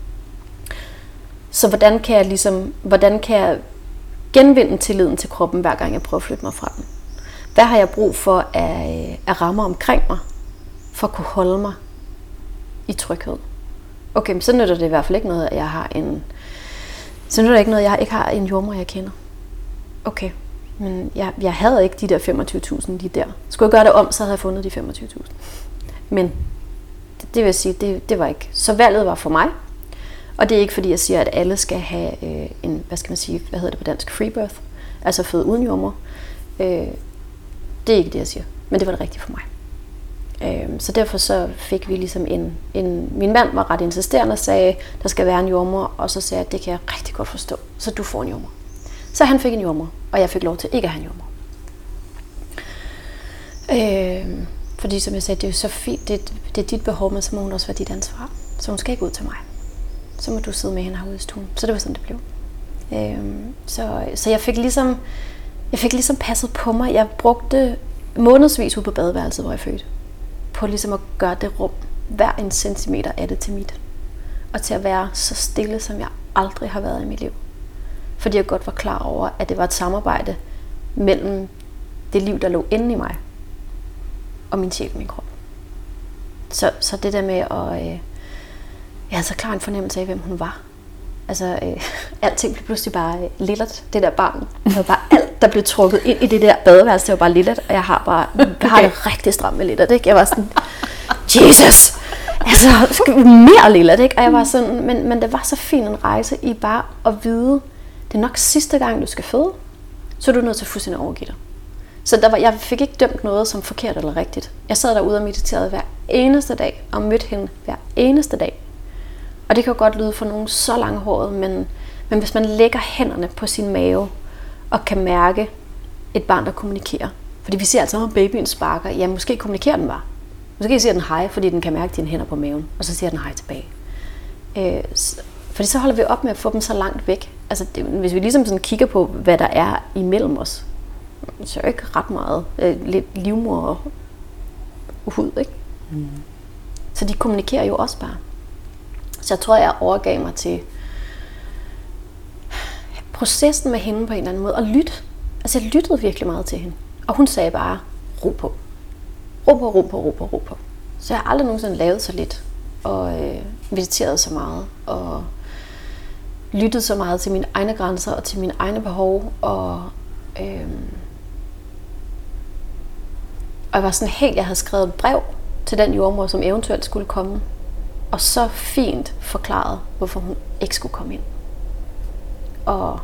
Så hvordan kan jeg genvinde tilliden til kroppen, hver gang jeg prøver at flytte mig fra den? Hvad har jeg brug for at ramme omkring mig, for at kunne holde mig i tryghed? Okay, så nytter det i hvert fald ikke noget, at jeg har jeg ikke har en jordemoder, jeg kender. Okay, men jeg havde ikke de der 25.000 lige der. Skulle jeg gøre det om, så havde jeg fundet de 25.000. Men det vil sige, det var ikke. Så valget var for mig. Og det er ikke fordi, jeg siger, at alle skal have hvad hedder det på dansk, free birth. Altså føde uden jordemoder. Det er ikke det, jeg siger. Men det var det rigtige for mig. Så derfor så fik vi ligesom min mand var ret insisterende og sagde, der skal være en jordemoder. Og så sagde jeg, at det kan jeg rigtig godt forstå. Så du får en jordemoder. Så han fik en jordemoder, og jeg fik lov til ikke at have en jordemoder. Fordi som jeg sagde, det er jo så fint, det er dit behov, men så må hun også være dit ansvar. Så hun skal ikke ud til mig. Så må du sidde med hende herude i stuen. Så det var sådan, det blev. Så jeg fik ligesom passet på mig. Jeg brugte månedsvis ude på badeværelset, hvor jeg fødte, på ligesom at gøre det rum, hver en centimeter af det til mit. Og til at være så stille, som jeg aldrig har været i mit liv. Fordi jeg godt var klar over, at det var et samarbejde mellem det liv, der lå inde i mig, og min sjæl og min krop. Så det der med at... jeg havde så klar en fornemmelse af, hvem hun var. Altså, alting blev pludselig bare lillet. Det der barn. Det var bare alt, der blev trukket ind i det der badeværelse. Det var bare lillet, og jeg har det rigtig stramt med lillet, ikke? Jeg var sådan, Jesus! Altså, mere lillet, ikke? Og jeg var sådan, men det var så fin en rejse i bare at vide, det er nok sidste gang, du skal føde, så er du nødt til at fuldstændig overgive dig. Så jeg fik ikke dømt noget som forkert eller rigtigt. Jeg sad derude og mediterede hver eneste dag, og mødte hende hver eneste dag. Og det kan jo godt lyde for nogen så langhåret, men hvis man lægger hænderne på sin mave, og kan mærke et barn, der kommunikerer. Fordi vi siger altså, at babyen sparker. Ja, måske kommunikerer den bare. Måske siger den hej, fordi den kan mærke dine hænder på maven, og så siger den hej tilbage. Fordi så holder vi op med at få dem så langt væk. Altså, hvis vi ligesom sådan kigger på, hvad der er imellem os, så er det ikke ret meget. Lidt livmor og hud, ikke? Mm. Så de kommunikerer jo også bare. Så jeg tror, jeg overgav mig til... processen med hende på en eller anden måde, og lytte. Altså jeg lyttede virkelig meget til hende. Og hun sagde bare, ro på. Ro på, ro på, ro på, ro på. Så jeg har aldrig nogensinde lavet så lidt, og mediteret så meget, og lyttet så meget til mine egne grænser, og til mine egne behov, og jeg var sådan helt, jeg havde skrevet et brev til den jordemoder, som eventuelt skulle komme, og så fint forklaret, hvorfor hun ikke skulle komme ind. Og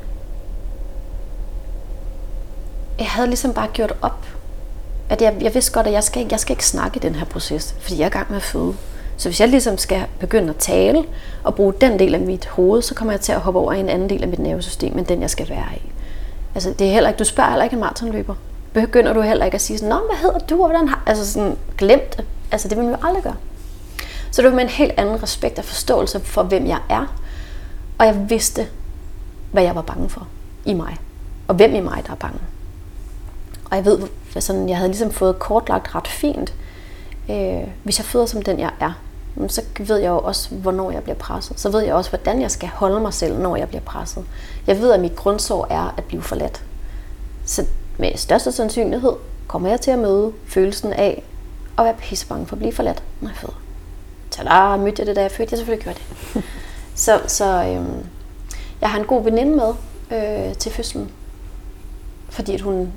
jeg havde ligesom bare gjort op, at jeg vidste godt, at jeg skal ikke snakke i den her proces, fordi jeg er i gang med at føde. Så hvis jeg ligesom skal begynde at tale og bruge den del af mit hoved, så kommer jeg til at hoppe over i en anden del af mit nervesystem, end den jeg skal være i. Altså det er heller ikke, du spørger heller ikke en maratonløber. Begynder du heller ikke at sige sådan, nå, hvad hedder du, og hvordan har... Altså sådan, glemt det. Altså det vil man jo aldrig gøre. Så det var med en helt anden respekt og forståelse for, hvem jeg er. Og jeg vidste, hvad jeg var bange for i mig. Og hvem i mig, der er bange. Og jeg ved, sådan, jeg havde ligesom fået kortlagt ret fint. Hvis jeg føder som den, jeg er, så ved jeg jo også, hvornår jeg bliver presset. Så ved jeg også, hvordan jeg skal holde mig selv, når jeg bliver presset. Jeg ved, at mit grundsorg er at blive forladt. Så med største sandsynlighed kommer jeg til at møde følelsen af at være pissebange for at blive forladt, når jeg føder. Tada, mødte jeg det, da jeg fødte? Jeg selvfølgelig gjorde det. Så jeg har en god veninde med til fødslen, fordi at hun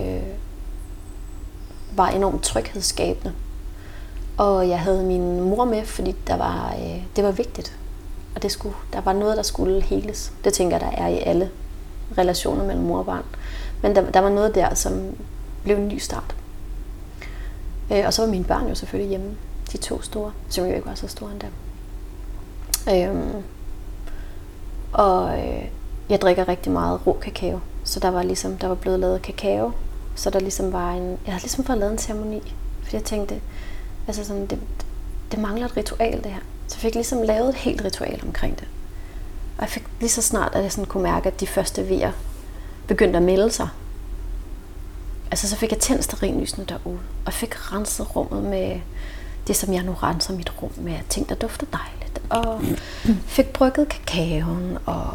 var enormt tryghedsskabende. Og jeg havde min mor med, fordi det var vigtigt. Og der var noget, der skulle heles. Det tænker jeg, der er i alle relationer mellem mor og barn. Men der var noget der, som blev en ny start. Og så var mine børn jo selvfølgelig hjemme. De 2 store, som jo ikke var så store endda. Jeg drikker rigtig meget rå kakao. Så der var blevet lavet kakao. Så der ligesom var jeg havde ligesom fået lavet en ceremoni. Fordi jeg tænkte, altså sådan, det mangler et ritual det her. Så jeg fik ligesom lavet et helt ritual omkring det. Og jeg fik lige så snart, at jeg sådan kunne mærke, at de første vejer begyndte at melde sig. Altså så fik jeg tændt stearinlysene derude. Og jeg fik renset rummet med det, som jeg nu renser mit rum med. Ting, der dufter dejligt. Og fik brygget kakaoen. Og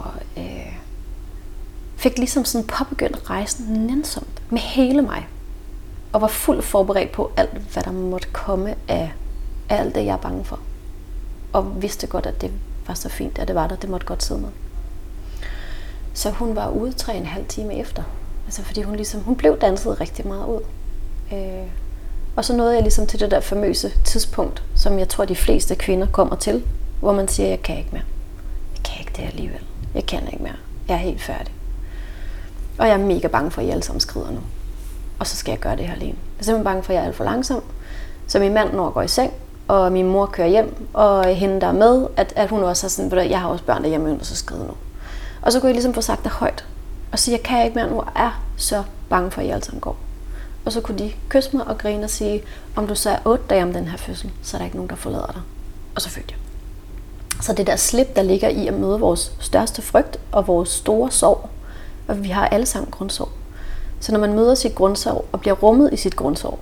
fik ligesom sådan påbegyndt rejsen nænsomt med hele mig. Og var fuldt forberedt på alt, hvad der måtte komme af alt det, jeg er bange for. Og vidste godt, at det var så fint, at det var der. Det måtte godt sidde med. Så hun var ude 3,5 timer efter. Altså fordi hun blev danset rigtig meget ud. Og så nåede jeg ligesom til det der famøse tidspunkt, som jeg tror, de fleste kvinder kommer til, hvor man siger, jeg kan ikke mere. Jeg kan ikke det alligevel. Jeg kan ikke mere. Jeg er helt færdig. Og jeg er mega bange for, at I alle sammen skrider nu. Og så skal jeg gøre det her alene. Jeg er simpelthen bange for, at jeg er alt for langsom. Så min mand når går i seng, og min mor kører hjem, og hende der er med, at hun også har sådan, jeg har også børn derhjemme, og så skrider nu. Og så kunne jeg ligesom få sagt det højt, og sige, jeg kan ikke mere nu, og er så bange for, at I alle sammen går. Og så kunne de kysse mig og grine og sige, om du så er 8 dage om den her fødsel, så er der ikke nogen, der forlader dig. Og så fødte jeg. Så det der slip, der ligger i at møde vores største frygt og vores store sorg, og vi har alle sammen grundsorg. Så når man møder sit grundsorg og bliver rummet i sit grundsorg,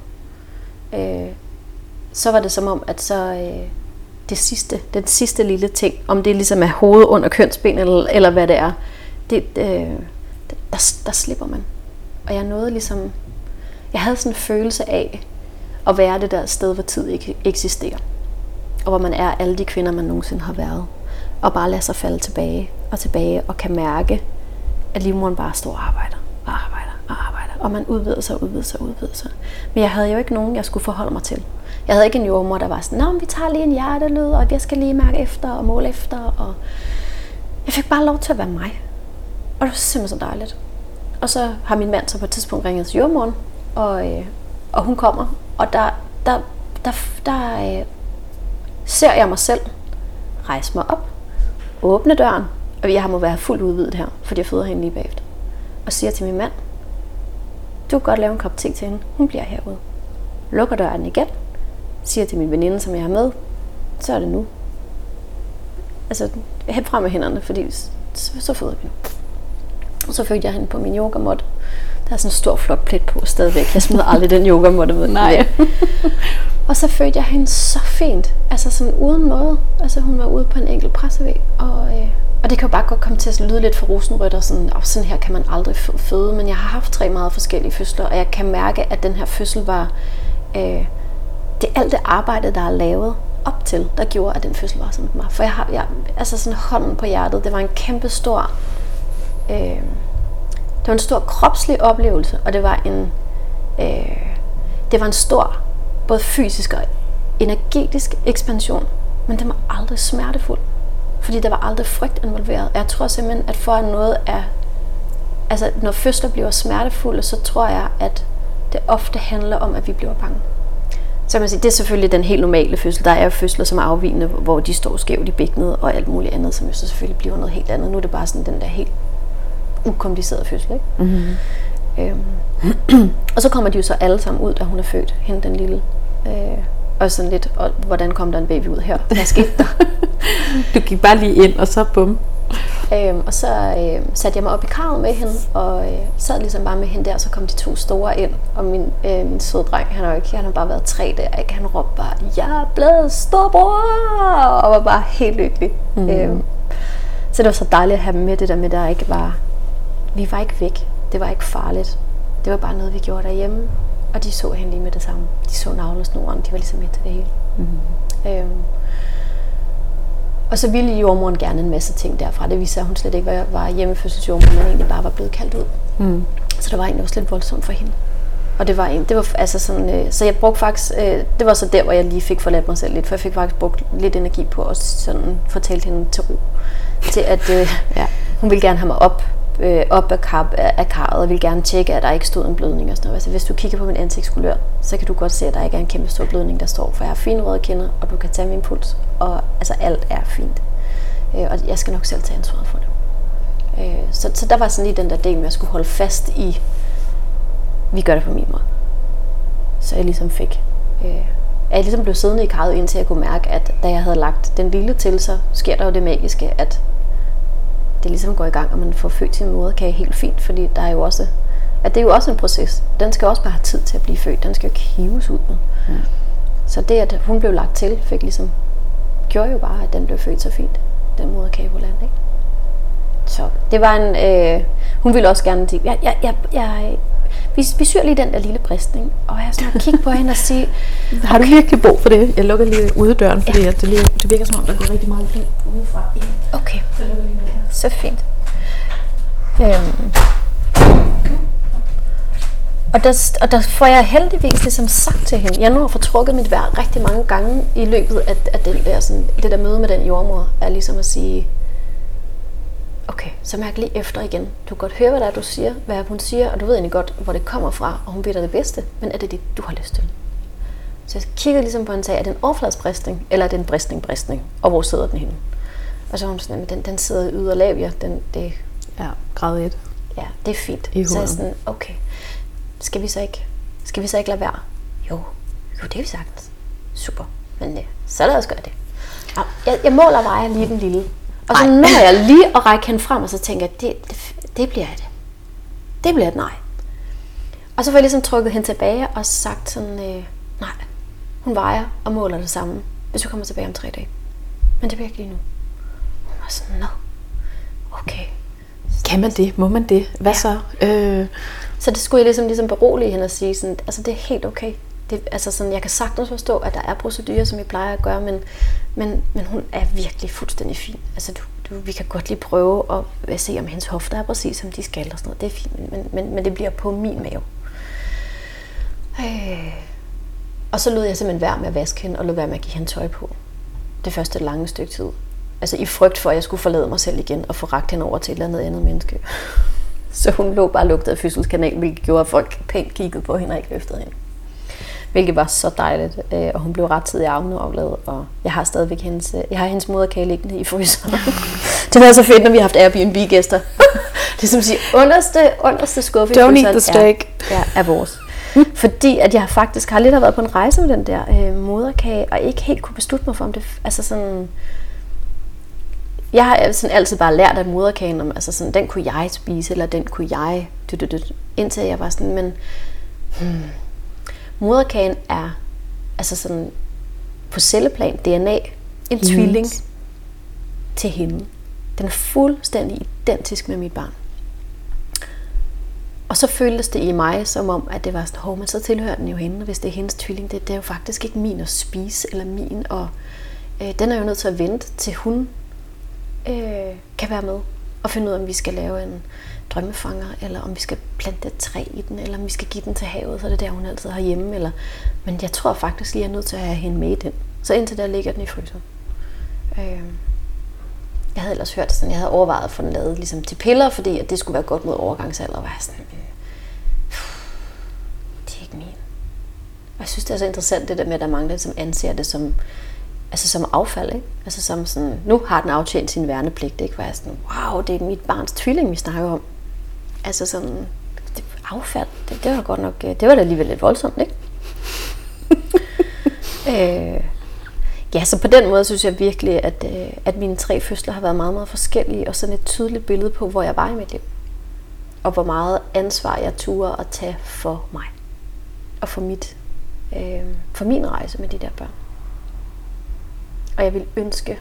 så var det som om, at så den sidste lille ting, om det ligesom er hoved under kønsben eller hvad det er, der slipper man. Og jeg nåede ligesom, jeg havde sådan en følelse af at være det der sted, hvor tid ikke eksisterer. Og hvor man er alle de kvinder, man nogensinde har været. Og bare lade sig falde tilbage og kan mærke, at livmoderen bare står og arbejder. Og man udvider sig. Men jeg havde jo ikke nogen, jeg skulle forholde mig til. Jeg havde ikke en jordmor, der var sådan, nå, vi tager lige en hjertelyd, og jeg skal lige mærke efter og måle efter. Og jeg fik bare lov til at være mig. Og det var simpelthen så dejligt. Og så har min mand så på et tidspunkt ringet til jordmoren, og hun kommer. Og der ser jeg mig selv rejse mig op, åbne døren, og jeg må være fuldt udvidet her, fordi jeg føder hende lige bagefter. Og siger til min mand, du kan godt lave en kop te til hende, hun bliver herude. Lukker døren igen, siger til min veninde, som jeg har med, så er det nu. Altså, hæb frem med hænderne, fordi så føder vi. Og så fødte jeg hende på min yogamåtte. Der er sådan en stor flot plet på stadigvæk. Jeg smider aldrig den yogamåtte med. Nej. Og så fødte jeg hende så fint. Altså sådan uden noget. Altså hun var ude på en enkelt pressevæg. Og det kan jo bare godt komme til at lyde lidt for rosenrødt, og sådan her kan man aldrig føde, men jeg har haft 3 meget forskellige fødsler, og jeg kan mærke, at den her fødsel var alt det arbejde, der er lavet op til, der gjorde, at den fødsel var, som den var. For jeg altså sådan hånden på hjertet, det var en kæmpe stor, det var en stor kropslig oplevelse, og det var en stor, både fysisk og energetisk ekspansion, men den var aldrig smertefuld. Fordi der var aldrig frygt involveret. Jeg tror simpelthen, at for at noget er... Altså, når fødsler bliver smertefulde, så tror jeg, at det ofte handler om, at vi bliver bange. Så man siger, det er selvfølgelig den helt normale fødsel. Der er fødsler, som er afvigende, hvor de står skævt i bækkenet og alt muligt andet, som jo så selvfølgelig bliver noget helt andet. Nu er det bare sådan den der helt ukomplicerede fødsel, ikke? Mm-hmm. Og så kommer de jo så alle sammen ud, da hun er født, hende den lille. Og sådan lidt, og hvordan kom der en baby ud her? Hvad skete der? Du gik bare lige ind, og så bum. Og så satte jeg mig op i karret med hende, og sad ligesom bare med hende der, og så kom de 2 store ind, og min søde dreng, han har bare været 3 der, ikke? Han råbte bare, jeg er blevet storbror, og var bare helt lykkelig. Så det var så dejligt at have dem med, det der med, der ikke var, vi var ikke væk, det var ikke farligt, det var bare noget, vi gjorde derhjemme, og de så hende lige med det samme. De så navlesnoren, de var ligesom med til det hele. Og så ville jordmoren gerne en masse ting derfra. Det viste sig, at hun slet ikke var hjemmefødselsjordmor, men egentlig bare var blevet kaldt ud. Så det var egentlig også lidt voldsomt for hende. Og det var altså sådan, så jeg brugte faktisk, det var så der, hvor jeg lige fik forladt mig selv lidt, for jeg fik faktisk brugt lidt energi på at sådan fortælle hende til ro. Til at hun ville gerne have mig op af karret, og ville gerne tjekke, at der ikke stod en blødning og sådan noget. Altså, hvis du kigger på min ansigtskulør, så kan du godt se, at der ikke er en kæmpe stor blødning, der står, for jeg har fine røde kinder, og du kan tage min puls, og altså alt er fint. Og jeg skal nok selv tage ansvaret for det. Så der var sådan lige den der del med at skulle holde fast i, vi gør det på min måde. Så jeg ligesom jeg ligesom blev siddende i karret, indtil jeg kunne mærke, at da jeg havde lagt den lille til, så sker der jo det magiske, at det ligesom går i gang, og man får født sin moderkage helt fint, fordi der er jo også, at det er jo også en proces. Den skal også bare have tid til at blive født. Den skal jo ikke hives ud med. Så det, at hun blev lagt til, gjorde jo bare, at den blev født så fint. Den moderkage på land, ikke? Så det var hun ville også gerne sige, vi syr lige den der lille bristning, og jeg sådan kigge på hende og sige, okay. Har du virkelig brug for det? Jeg lukker lige udedøren, fordi det virker som om, der går rigtig meget fint udefra. Okay, så fint. Og der får jeg heldigvis ligesom sagt til hende, jeg nu har fortrukket mit vejr rigtig mange gange i løbet af den der, sådan, det der møde med den jordmor, er ligesom at sige, okay, så mærk lige efter igen. Du kan godt høre, hvad det er, du siger, hvad hun siger, og du ved egentlig godt, hvor det kommer fra, og hun ved dig det bedste, men er det det, du har lyst til? Så jeg kiggede ligesom på hende og sagde, er det en overfladesbristning, eller er det en bristning, og hvor sidder den henne? Og så var hun sådan, den sidder i yderlabia, grad 1. Ja, det er fint. Så jeg sådan, okay, skal vi så ikke lade være? Jo, det er vi sagtens. Super, men så lad os gøre det. Jeg måler vejer lige den lille. Og så når jeg lige at række hende frem, og så tænker jeg, det bliver det. Det bliver et nej. Og så får jeg ligesom trykket hende tilbage og sagt sådan, nej, hun vejer og måler det samme, hvis du kommer tilbage om 3 dage. Men det bliver ikke lige nu. Hun var sådan, okay. Kan man det? Må man det? Hvad så? Så det skulle jeg ligesom berolige hende og sige, sådan, altså det er helt okay. Altså sådan, jeg kan sagtens forstå, at der er procedurer, som I plejer at gøre, men hun er virkelig fuldstændig fin. Altså vi kan godt lige prøve at se, om hendes hofter er præcis, som de skal og sådan noget. Det er fint, men det bliver på min mave. Og så lød jeg simpelthen være med at vaske hende, og lød være med at give hende tøj på. Det første lange stykke tid. Altså i frygt for, at jeg skulle forlade mig selv igen, og få rakt hende over til et eller andet menneske. Så hun lå bare lugtet af fødselskanal, hvilket gjorde, at folk pænt kiggede på hende og ikke løftede hende. Hvilket var så dejligt, og hun blev ret tid i armene oplevet, og jeg har stadigvæk hendes moderkage liggende i fryseren. Det var så fedt, når vi har haft Airbnb-gæster. Det er som at sige, underste skuffe i fryseren er vores. Fordi at jeg faktisk har været på en rejse med den der moderkage, og ikke helt kunne beslutte mig for, om det, altså sådan, jeg har sådan altid bare lært af moderkagen, om altså sådan, den kunne jeg spise, eller den kunne jeg, indtil jeg var sådan, men moderkagen er altså sådan på celleplan DNA en tvilling til hende. Den er fuldstændig identisk med mit barn. Og så føltes det i mig som om, at det var sådan, men så tilhører den jo hende, og hvis det er hendes tvilling, det er jo faktisk ikke min at spise, eller min, og den er jo nødt til at vente, til hun kan være med, og finde ud af, om vi skal lave en drømmefanger, eller om vi skal plante et træ i den, eller om vi skal give den til havet, så er det der, hun altid har hjemme, eller... Men jeg tror faktisk lige, jeg er nødt til at have hende med i den. Så indtil der ligger den i fryseren. Jeg havde ellers hørt sådan, jeg havde overvejet at få den lavet ligesom til piller, fordi at det skulle være godt mod overgangsalder, og var sådan, det er ikke min. Og jeg synes, det er så interessant det der med, at der er mange, der som anser det som, altså som affald, ikke? Altså som sådan, nu har den aftjent sin værnepligt, ikke? Hvor jeg sådan, wow, det er mit barns tvilling, vi snakker om. Altså sådan, det affald, det var godt nok, det var da alligevel lidt voldsomt, ikke? Ja, så på den måde synes jeg virkelig, at mine 3 fødsler har været meget, meget forskellige, og sådan et tydeligt billede på, hvor jeg var i mit liv. Og hvor meget ansvar jeg turde at tage for mig. Og for min rejse med de der børn. Og jeg vil ønske,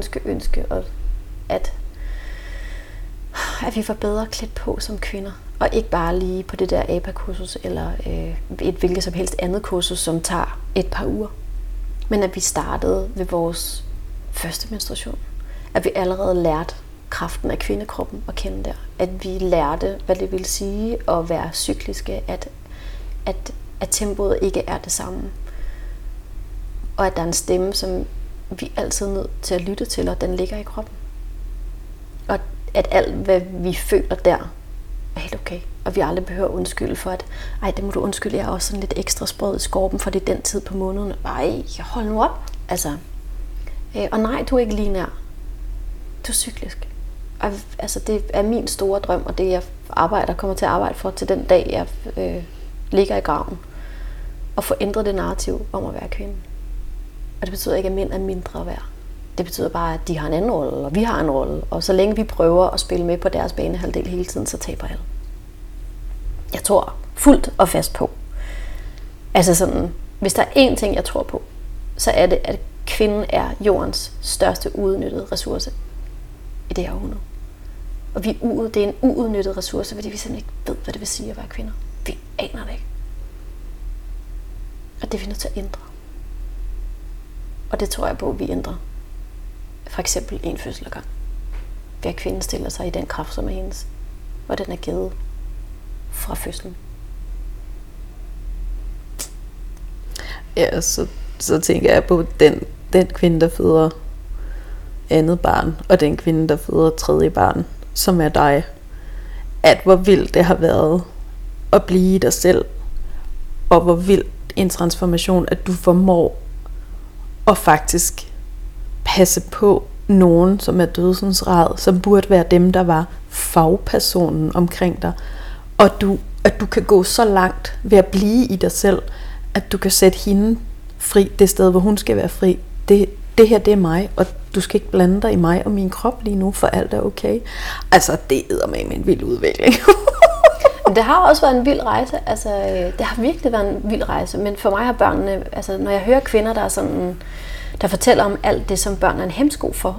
at vi var bedre klædt på som kvinder. Og ikke bare lige på det der APA-kursus, eller et hvilket som helst andet kursus, som tager et par uger. Men at vi startede ved vores første menstruation. At vi allerede lærte kraften af kvindekroppen at kende der. At vi lærte, hvad det vil sige at være cykliske. At tempoet ikke er det samme. Og at der er en stemme, som vi altid er nødt til at lytte til, og den ligger i kroppen. Og at alt, hvad vi føler der, er helt okay. Og vi aldrig behøver at undskylde for, at det må du undskylde, jeg er også sådan lidt ekstra sprød i skorpen, for det er den tid på måneden. Hold nu op. Altså, og nej, du er ikke lige nær. Du er cyklisk. Og, altså, det er min store drøm, og det jeg kommer til at arbejde for til den dag, jeg ligger i graven. Og få ændret det narrativ om at være kvinde. Og det betyder ikke, at mænd er mindre værd. Det betyder bare, at de har en anden rolle, og vi har en rolle. Og så længe vi prøver at spille med på deres banehalvdel hele tiden, så taber alle. Jeg tror fuldt og fast på. Altså sådan, hvis der er én ting, jeg tror på, så er det, at kvinden er jordens største uudnyttede ressource i det her århundrede. Og det er en uudnyttet ressource, fordi vi simpelthen ikke ved, hvad det vil sige at være kvinder. Vi aner det ikke. Og det er vi nødt til at ændre. Og det tror jeg på, at vi ændrer. For eksempel en fødsel ad gang. Ved at kvinden stiller sig i den kraft, som er hendes. Og den er givet fra fødslen. Ja, så tænker jeg på den kvinde, der føder andet barn, og den kvinde, der føder tredje barn, som er dig. At hvor vildt det har været at blive dig selv, og hvor vildt en transformation, at du formår at faktisk passe på nogen, som er dødsensrad, som burde være dem, der var fagpersonen omkring dig. Og at du kan gå så langt ved at blive i dig selv, at du kan sætte hende fri, det sted, hvor hun skal være fri. Det her, det er mig, og du skal ikke blande dig i mig og min krop lige nu, for alt er okay. Altså, det æder med en vild udvikling. Det har også været en vild rejse. Altså, det har virkelig været en vild rejse. Men for mig har børnene, altså, når jeg hører kvinder, der fortæller om alt det, som børn er en hemsko for,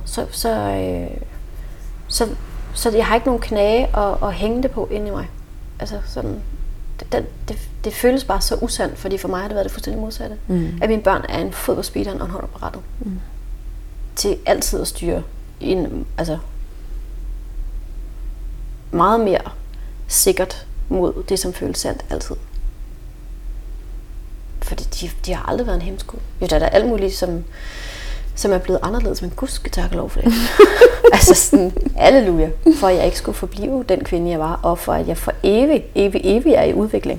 så jeg har ikke nogen knage at hænge det på inde i mig. Altså sådan, det føles bare så usandt, fordi for mig har det været det fuldstændig modsatte. At mine børn er en fodboldspeeder og en hånd på rattet. Til altid at styre altså meget mere sikkert mod det, som føles sandt altid. Fordi de har aldrig været en hemsko. Jo, der er alt muligt, som er blevet anderledes, men gud skal takke lov for det. Altså sådan, halleluja, for at jeg ikke skulle forblive den kvinde, jeg var, og for at jeg for evig er i udvikling.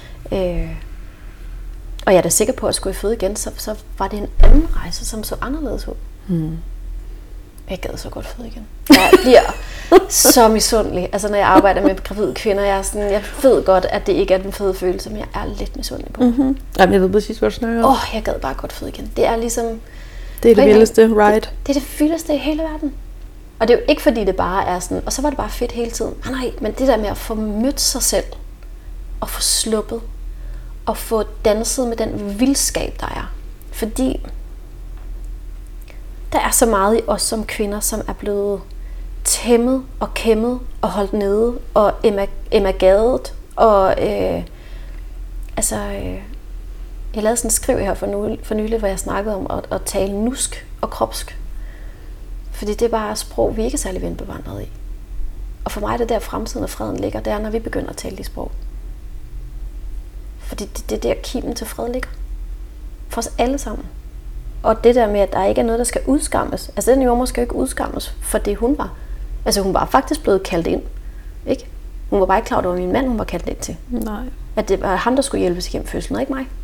Og jeg er da sikker på, at skulle jeg føde igen, så var det en anden rejse, som så anderledes ud. Jeg gad så godt føde igen. Jeg bliver så misundelig. Altså når jeg arbejder med gravide kvinder, jeg ved godt, at det ikke er den fede følelse, men jeg er lidt misundelig på. Jamen, jeg ved præcis, hvad du snakker om. Jeg gad bare godt føde igen. Det er ligesom... Det er det vildeste, right? Det er det vildeste i hele verden. Og det er jo ikke fordi det bare er sådan, og så var det bare fedt hele tiden. Nej, men det der med at få mødt sig selv, og få sluppet, og få danset med den vildskab, der er. Fordi der er så meget i os som kvinder, som er blevet tæmmet og kæmmet og holdt nede og emagadet og jeg lavede sådan en skriv her for nylig, hvor jeg snakkede om at tale nusk og kropsk. Fordi det er bare sprog, vi ikke er særlig velbevandret i. Og for mig er det der fremtiden og freden ligger, det er, når vi begynder at tale de sprog. Fordi det er der kimen til fred ligger. For os alle sammen. Og det der med, at der ikke er noget, der skal udskammes. Altså den jordemoder skal jo ikke udskammes for det, hun var. Altså hun var faktisk blevet kaldt ind. Ikke? Hun var bare ikke klar, at det var min mand, hun var kaldt ind til. Nej. At det var ham, der skulle hjælpes igennem fødslen, og ikke mig.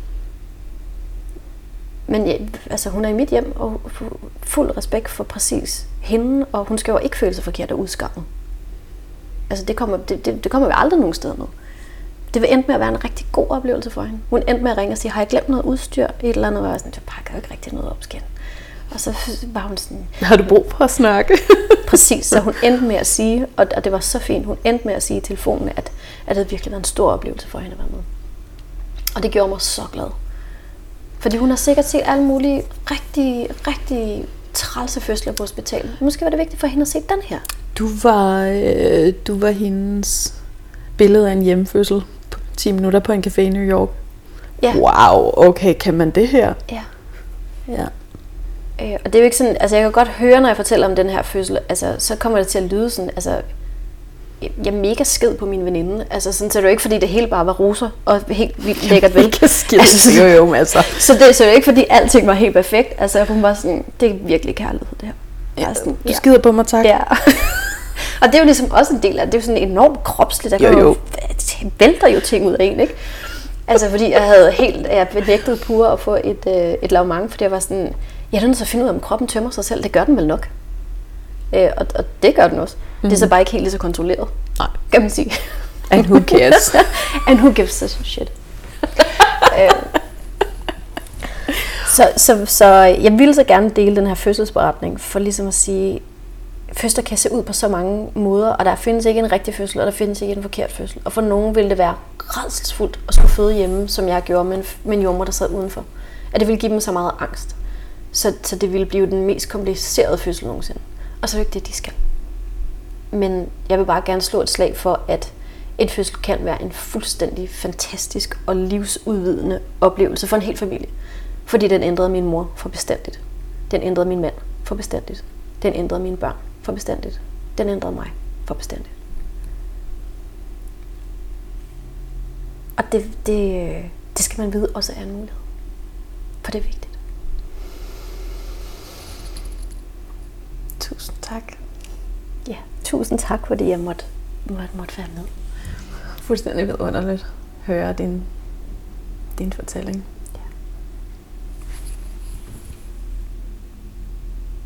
Men ja, altså hun er i mit hjem, og fuld respekt for præcis hende, og hun skal jo ikke føle sig forkert og udskammet. Altså det kommer vi aldrig nogen steder med. Det vil endte med at være en rigtig god oplevelse for hende. Hun endte med at ringe og sige, har jeg glemt noget udstyr? Et eller andet, og jeg var sådan, jeg pakker jo ikke rigtig noget op, skin. Og så var hun sådan... Har du brug for at snakke? Præcis, så hun endte med at sige, og det var så fint, hun endte med at sige i telefonen, at det virkelig var en stor oplevelse for hende at være med. Og det gjorde mig så glad. Fordi hun har sikkert set alle mulige rigtig trælse fødsler på hospitalet. Måske var det vigtigt for hende at se den her. Du var hendes billede af en hjemmefødsel på 10 minutter på en café i New York. Ja. Wow, okay, kan man det her? Ja. Ja. Og det er jo ikke sådan, altså jeg kan godt høre, når jeg fortæller om den her fødsel, altså så kommer det til at lyde sådan, altså jeg er mega sked på min veninde. Altså sådan, så det er jo ikke fordi det hele bare var roser og helt vildt lækkert vel. Altså, jo, altså. Så det er jo ikke fordi alting var helt perfekt. Altså hun var sådan, det er virkelig kærlighed det her. Ja, sådan, du skider på mig, tak. Ja. Og det er jo ligesom også en del af det. Det er jo sådan enormt kropsligt. Det vælter jo ting ud af en, ikke? Altså fordi jeg benægtede pure at få et lavemang, fordi jeg var sådan, jeg er nødt til at finde ud af, om kroppen tømmer sig selv. Det gør den vel nok. Og det gør den også. Det er så bare ikke helt lige så kontrolleret. Nej. Kan man sige. And who cares? And who gives a shit. Så jeg ville så gerne dele den her fødselsberetning, for ligesom at sige, fødsler kan se ud på så mange måder, og der findes ikke en rigtig fødsel, og der findes ikke en forkert fødsel. Og for nogen ville det være rædselsfuldt at skulle føde hjemme, som jeg gjorde med en jordemoder, der sad udenfor. At det ville give dem så meget angst. Så det ville blive den mest komplicerede fødsel nogensinde. Og så er det ikke det, de skal. Men jeg vil bare gerne slå et slag for, at en fødsel kan være en fuldstændig fantastisk og livsudvidende oplevelse for en hel familie. Fordi den ændrede min mor for bestandigt. Den ændrede min mand for bestandigt. Den ændrede mine børn for bestandigt. Den ændrede mig for bestandigt. Og det skal man vide også er en mulighed. For det er vigtigt. Tusind tak. Ja, tusind tak, fordi jeg måtte være med. Fuldstændig vidunderligt at høre din fortælling.